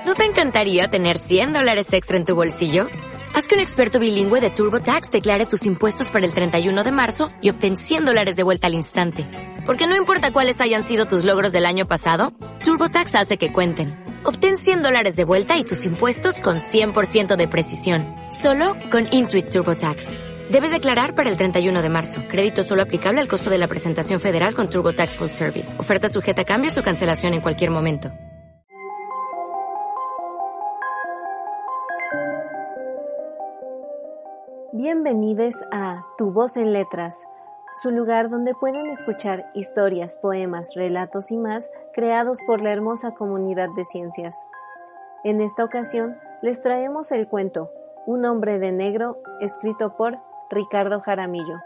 ¿No te encantaría tener $100 extra en tu bolsillo? Haz que un experto bilingüe de TurboTax declare tus impuestos para el 31 de marzo y obtén $100 de vuelta al instante. Porque no importa cuáles hayan sido tus logros del año pasado, TurboTax hace que cuenten. Obtén $100 de vuelta y tus impuestos con 100% de precisión. Solo con Intuit TurboTax. Debes declarar para el 31 de marzo. Crédito solo aplicable al costo de la presentación federal con TurboTax Full Service. Oferta sujeta a cambios o cancelación en cualquier momento. Bienvenidos a Tu Voz en Letras, su lugar donde pueden escuchar historias, poemas, relatos y más creados por la hermosa comunidad de ciencias. En esta ocasión les traemos el cuento Un hombre de negro, escrito por Ricardo Jaramillo.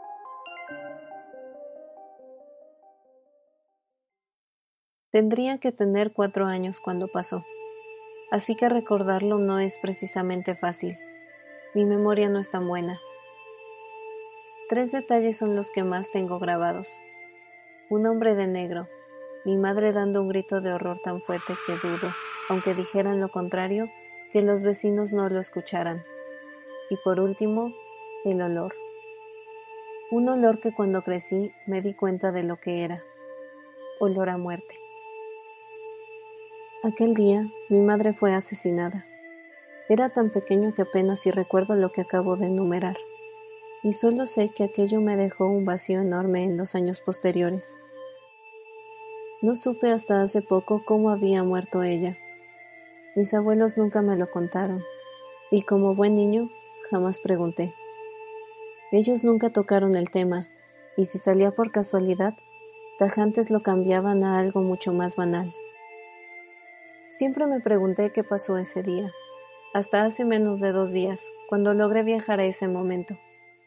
Tendría que tener 4 años cuando pasó, así que recordarlo no es precisamente fácil. Mi memoria no es tan buena. 3 detalles son los que más tengo grabados. Un hombre de negro, mi madre dando un grito de horror tan fuerte que dudo, aunque dijeran lo contrario, que los vecinos no lo escucharan. Y por último, el olor. Un olor que cuando crecí me di cuenta de lo que era. Olor a muerte. Aquel día, mi madre fue asesinada. Era tan pequeño que apenas si recuerdo lo que acabo de enumerar, y solo sé que aquello me dejó un vacío enorme en los años posteriores. No supe hasta hace poco cómo había muerto ella. Mis abuelos nunca me lo contaron, y como buen niño, jamás pregunté. Ellos nunca tocaron el tema, y si salía por casualidad, tajantes lo cambiaban a algo mucho más banal. Siempre me pregunté qué pasó ese día. Hasta hace menos de 2 días, cuando logré viajar a ese momento.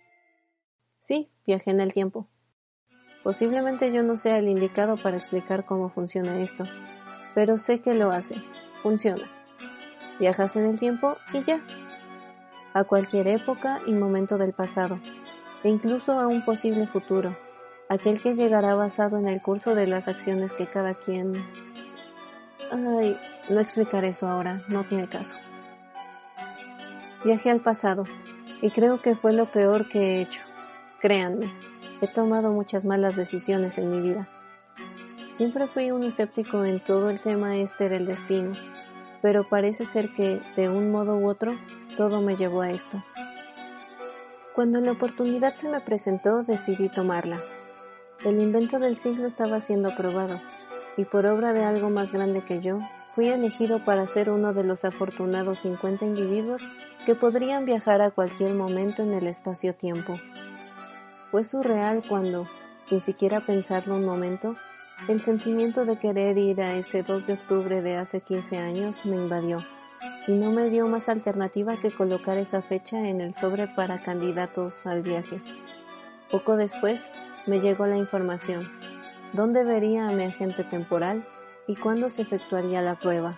Sí, viajé en el tiempo. Posiblemente yo no sea el indicado para explicar cómo funciona esto, pero sé que lo hace, funciona. Viajas en el tiempo y ya. A cualquier época y momento del pasado, e incluso a un posible futuro, aquel que llegará basado en el curso de las acciones que cada quien... Ay, no explicaré eso ahora, no tiene caso. Viajé al pasado, y creo que fue lo peor que he hecho. Créanme, he tomado muchas malas decisiones en mi vida. Siempre fui un escéptico en todo el tema del destino, pero parece ser que, de un modo u otro, todo me llevó a esto. Cuando la oportunidad se me presentó, decidí tomarla. El invento del siglo estaba siendo probado, y por obra de algo más grande que yo, fui elegido para ser uno de los afortunados 50 individuos que podrían viajar a cualquier momento en el espacio-tiempo. Fue surreal cuando, sin siquiera pensarlo un momento, el sentimiento de querer ir a ese 2 de octubre de hace 15 años me invadió, y no me dio más alternativa que colocar esa fecha en el sobre para candidatos al viaje. Poco después, me llegó la información. ¿Dónde vería a mi agente temporal? ¿Y cuándo se efectuaría la prueba?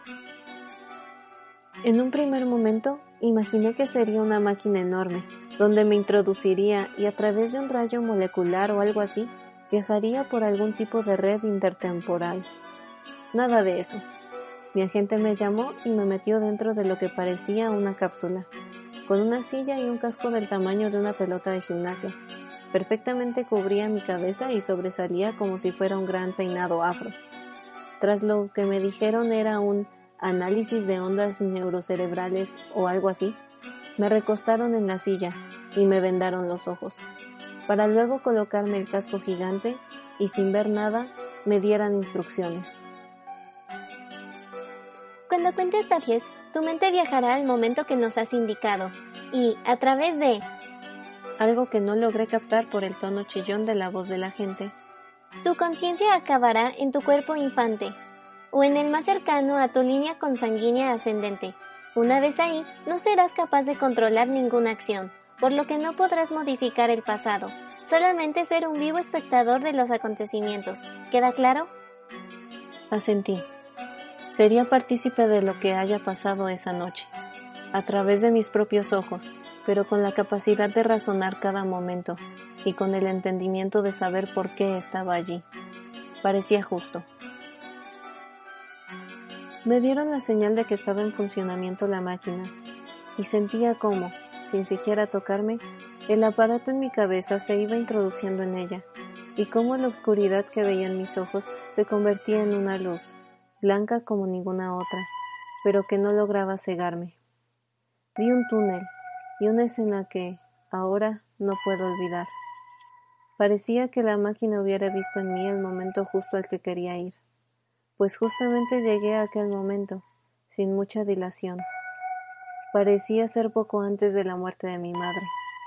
En un primer momento, imaginé que sería una máquina enorme, donde me introduciría y a través de un rayo molecular o algo así, viajaría por algún tipo de red intertemporal. Nada de eso. Mi agente me llamó y me metió dentro de lo que parecía una cápsula, con una silla y un casco del tamaño de una pelota de gimnasia. Perfectamente cubría mi cabeza y sobresalía como si fuera un gran peinado afro. Tras lo que me dijeron era un análisis de ondas neurocerebrales o algo así, me recostaron en la silla y me vendaron los ojos, para luego colocarme el casco gigante y sin ver nada me dieran instrucciones. Cuando cuentes hasta 10, tu mente viajará al momento que nos has indicado y, a través de... Algo que no logré captar por el tono chillón de la voz de la gente. Tu conciencia acabará en tu cuerpo infante, o en el más cercano a tu línea consanguínea ascendente. Una vez ahí, no serás capaz de controlar ninguna acción, por lo que no podrás modificar el pasado, solamente ser un vivo espectador de los acontecimientos. ¿Queda claro? Asentí. Sería partícipe de lo que haya pasado esa noche, a través de mis propios ojos, pero con la capacidad de razonar cada momento y con el entendimiento de saber por qué estaba allí. Parecía justo. Me dieron la señal de que estaba en funcionamiento la máquina, y sentía cómo, sin siquiera tocarme, el aparato en mi cabeza se iba introduciendo en ella, y cómo la oscuridad que veían mis ojos se convertía en una luz, blanca como ninguna otra, pero que no lograba cegarme. Vi un túnel, y una escena que, ahora, no puedo olvidar. Parecía que la máquina hubiera visto en mí el momento justo al que quería ir, pues justamente llegué a aquel momento, sin mucha dilación. Parecía ser poco antes de la muerte de mi madre.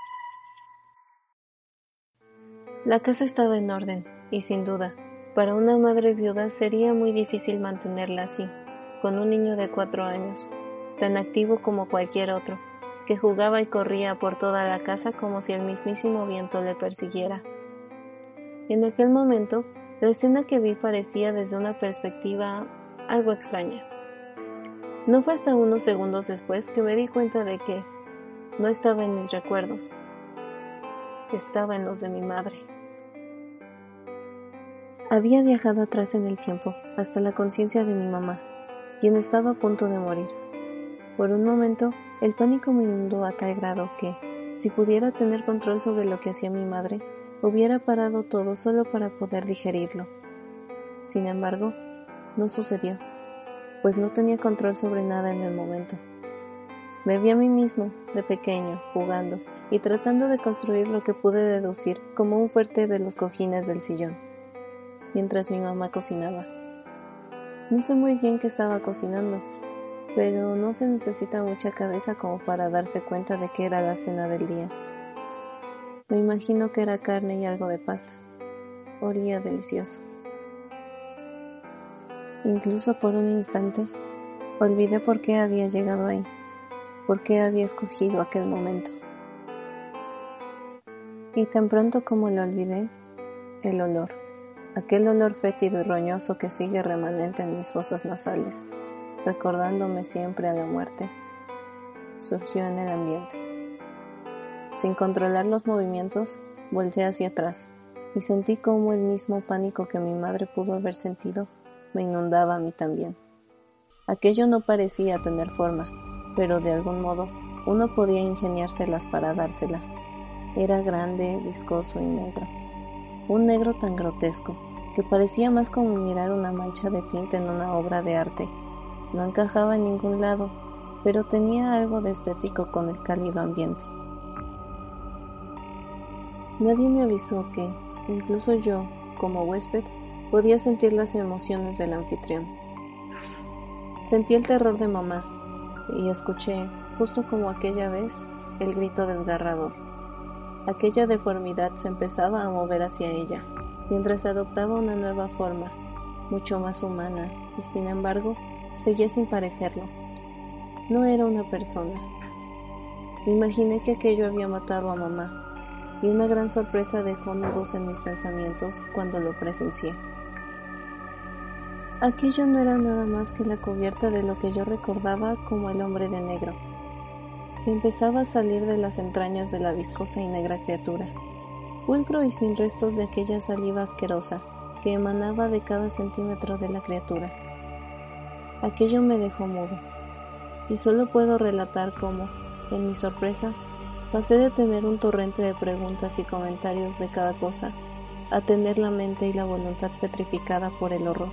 La casa estaba en orden, y sin duda, para una madre viuda sería muy difícil mantenerla así, con un niño de 4 años, tan activo como cualquier otro, que jugaba y corría por toda la casa como si el mismísimo viento le persiguiera. En aquel momento, la escena que vi parecía desde una perspectiva algo extraña. No fue hasta unos segundos después que me di cuenta de que no estaba en mis recuerdos, estaba en los de mi madre. Había viajado atrás en el tiempo, hasta la conciencia de mi mamá, quien estaba a punto de morir. Por un momento, el pánico me inundó a tal grado que, si pudiera tener control sobre lo que hacía mi madre, hubiera parado todo solo para poder digerirlo. Sin embargo, no sucedió, pues no tenía control sobre nada en el momento. Me vi a mí mismo, de pequeño, jugando y tratando de construir lo que pude deducir como un fuerte de los cojines del sillón, mientras mi mamá cocinaba. No sé muy bien qué estaba cocinando, pero no se necesita mucha cabeza como para darse cuenta de que era la cena del día. Me imagino que era carne y algo de pasta. Olía delicioso. Incluso por un instante, olvidé por qué había llegado ahí, por qué había escogido aquel momento. Y tan pronto como lo olvidé, el olor, aquel olor fétido y roñoso que sigue remanente en mis fosas nasales, recordándome siempre a la muerte, surgió en el ambiente. Sin controlar los movimientos, volteé hacia atrás y sentí cómo el mismo pánico que mi madre pudo haber sentido me inundaba a mí también. Aquello no parecía tener forma, pero de algún modo uno podía ingeniárselas para dársela. Era grande, viscoso y negro. Un negro tan grotesco que parecía más como mirar una mancha de tinta en una obra de arte. No encajaba en ningún lado, pero tenía algo de estético con el cálido ambiente. Nadie me avisó que, incluso yo, como huésped, podía sentir las emociones del anfitrión. Sentí el terror de mamá y escuché, justo como aquella vez, el grito desgarrador. Aquella deformidad se empezaba a mover hacia ella, mientras adoptaba una nueva forma, mucho más humana, y sin embargo, seguía sin parecerlo. No era una persona. Imaginé que aquello había matado a mamá, y una gran sorpresa dejó nudos en mis pensamientos cuando lo presencié. Aquello no era nada más que la cubierta de lo que yo recordaba como el hombre de negro, que empezaba a salir de las entrañas de la viscosa y negra criatura, pulcro y sin restos de aquella saliva asquerosa que emanaba de cada centímetro de la criatura. Aquello me dejó mudo, y solo puedo relatar cómo, en mi sorpresa, pasé de tener un torrente de preguntas y comentarios de cada cosa a tener la mente y la voluntad petrificada por el horror.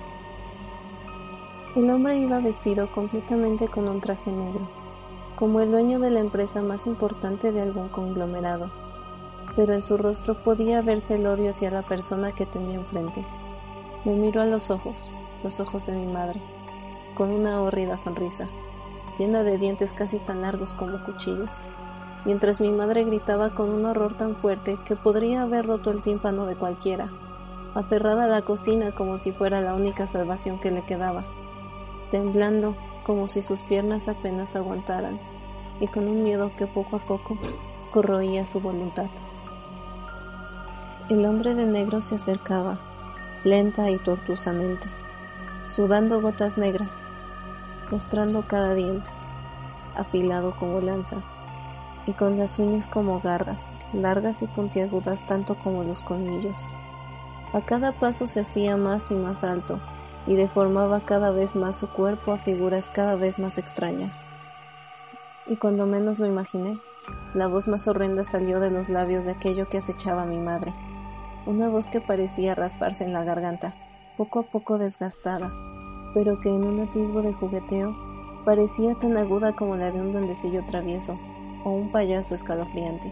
El hombre iba vestido completamente con un traje negro, como el dueño de la empresa más importante de algún conglomerado, pero en su rostro podía verse el odio hacia la persona que tenía enfrente. Me miró a los ojos de mi madre, con una horrida sonrisa, llena de dientes casi tan largos como cuchillos, mientras mi madre gritaba con un horror tan fuerte que podría haber roto el tímpano de cualquiera, aferrada a la cocina como si fuera la única salvación que le quedaba, temblando como si sus piernas apenas aguantaran, y con un miedo que poco a poco corroía su voluntad. El hombre de negro se acercaba, lenta y tortuosamente, sudando gotas negras, mostrando cada diente, afilado como lanza, y con las uñas como garras, largas y puntiagudas tanto como los colmillos. A cada paso se hacía más y más alto, y deformaba cada vez más su cuerpo a figuras cada vez más extrañas. Y cuando menos lo imaginé, la voz más horrenda salió de los labios de aquello que acechaba a mi madre, una voz que parecía rasparse en la garganta, poco a poco desgastada, pero que en un atisbo de jugueteo parecía tan aguda como la de un duendecillo travieso o un payaso escalofriante.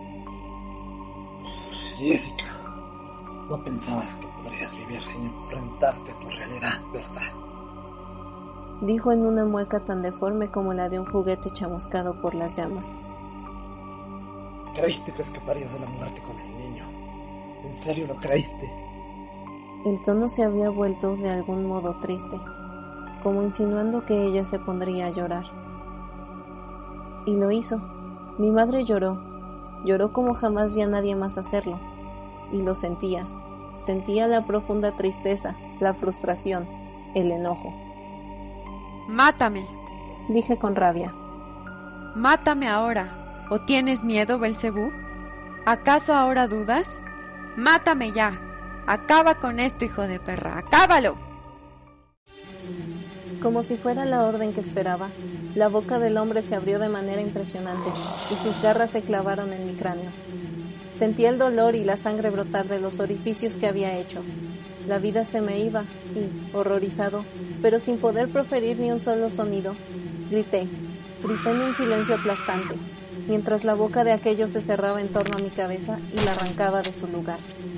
Jessica, no pensabas que podrías vivir sin enfrentarte a tu realidad, ¿verdad? Dijo en una mueca tan deforme como la de un juguete chamuscado por las llamas. ¿Creíste que escaparías de la muerte con el niño? ¿En serio lo creíste? El tono se había vuelto de algún modo triste, como insinuando que ella se pondría a llorar. Y lo hizo. Mi madre lloró como jamás vi a nadie más hacerlo, y lo sentía la profunda tristeza, la frustración, el enojo. ¡Mátame!, dije con rabia. ¡Mátame ahora! ¿O tienes miedo, Belcebú? ¿Acaso ahora dudas? ¡Mátame ya! ¡Acaba con esto, hijo de perra! ¡Acábalo! Como si fuera la orden que esperaba, la boca del hombre se abrió de manera impresionante y sus garras se clavaron en mi cráneo. Sentí el dolor y la sangre brotar de los orificios que había hecho. La vida se me iba y, horrorizado, pero sin poder proferir ni un solo sonido, grité en un silencio aplastante, mientras la boca de aquello se cerraba en torno a mi cabeza y la arrancaba de su lugar.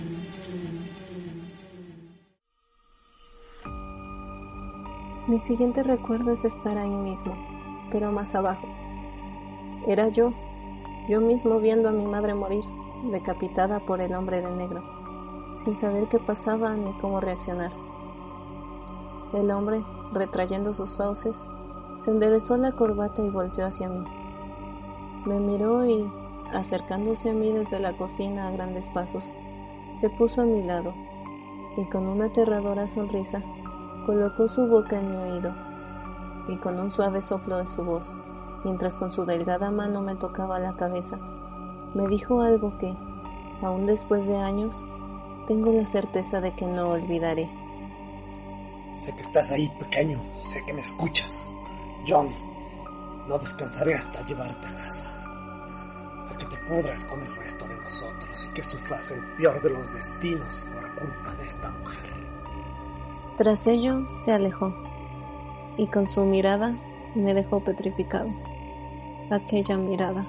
Mi siguiente recuerdo es estar ahí mismo, pero más abajo. Era yo mismo viendo a mi madre morir, decapitada por el hombre de negro, sin saber qué pasaba ni cómo reaccionar. El hombre, retrayendo sus fauces, se enderezó la corbata y volteó hacia mí. Me miró y, acercándose a mí desde la cocina a grandes pasos, se puso a mi lado y con una aterradora sonrisa colocó su boca en mi oído y con un suave soplo de su voz, mientras con su delgada mano me tocaba la cabeza, me dijo algo que, aún después de años, tengo la certeza de que no olvidaré. Sé que estás ahí, pequeño, sé que me escuchas. Johnny, no descansaré hasta llevarte a casa, a que te pudras con el resto de nosotros y que sufras el peor de los destinos por culpa de esta mujer. Tras ello se alejó, y con su mirada me dejó petrificado. Aquella mirada.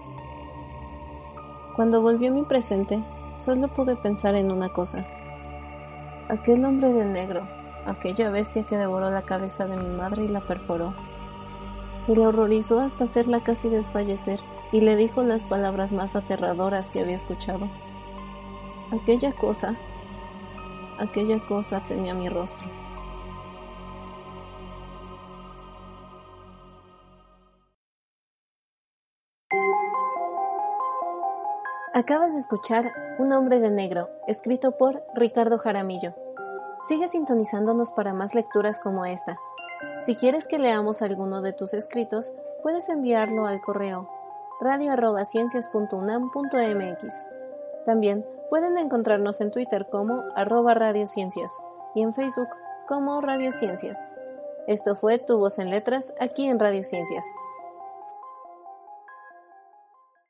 Cuando volvió a mi presente, solo pude pensar en una cosa. Aquel hombre de negro, aquella bestia que devoró la cabeza de mi madre y la perforó, y la horrorizó hasta hacerla casi desfallecer, y le dijo las palabras más aterradoras que había escuchado. Aquella cosa tenía mi rostro. Acabas de escuchar Un hombre de negro, escrito por Ricardo Jaramillo. Sigue sintonizándonos para más lecturas como esta. Si quieres que leamos alguno de tus escritos, puedes enviarlo al correo radio@ciencias.unam.mx. También pueden encontrarnos en Twitter como @radiociencias y en Facebook como Radiociencias. Esto fue Tu Voz en Letras aquí en Radiociencias.